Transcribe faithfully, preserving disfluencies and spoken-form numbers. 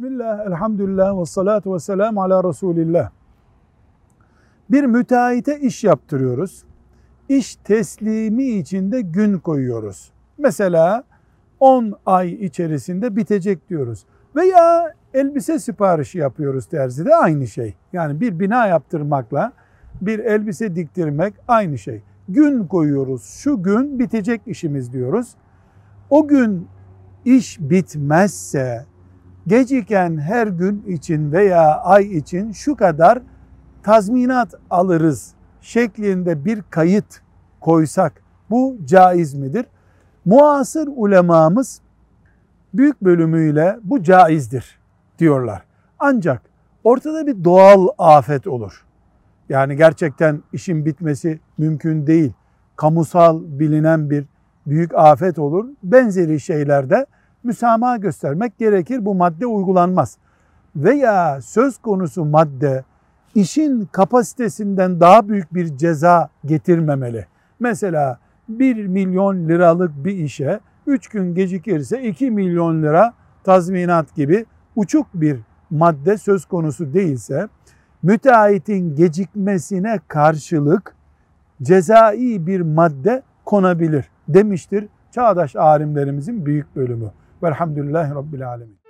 Bismillah, elhamdülillah ve salatu ve selamu ala Resulillah. Bir müteahhite iş yaptırıyoruz. İş teslimi içinde gün koyuyoruz. Mesela on ay içerisinde bitecek diyoruz. Veya elbise siparişi yapıyoruz terzide, aynı şey. Yani bir bina yaptırmakla bir elbise diktirmek aynı şey. Gün koyuyoruz. Şu gün bitecek işimiz diyoruz. O gün iş bitmezse geciken her gün için veya ay için şu kadar tazminat alırız şeklinde bir kayıt koysak bu caiz midir? Muasır ulemamız büyük bölümüyle bu caizdir diyorlar. Ancak ortada bir doğal afet olur. Yani gerçekten işin bitmesi mümkün değil. Kamusal bilinen bir büyük afet olur. Benzeri şeylerde müsamaha göstermek gerekir. Bu madde uygulanmaz. Veya söz konusu madde işin kapasitesinden daha büyük bir ceza getirmemeli. Mesela bir milyon liralık bir işe üç gün gecikirse iki milyon lira tazminat gibi uçuk bir madde söz konusu değilse, müteahhitin gecikmesine karşılık cezai bir madde konabilir demiştir çağdaş alimlerimizin büyük bölümü. Velhamdülillahi Rabbil Alemin.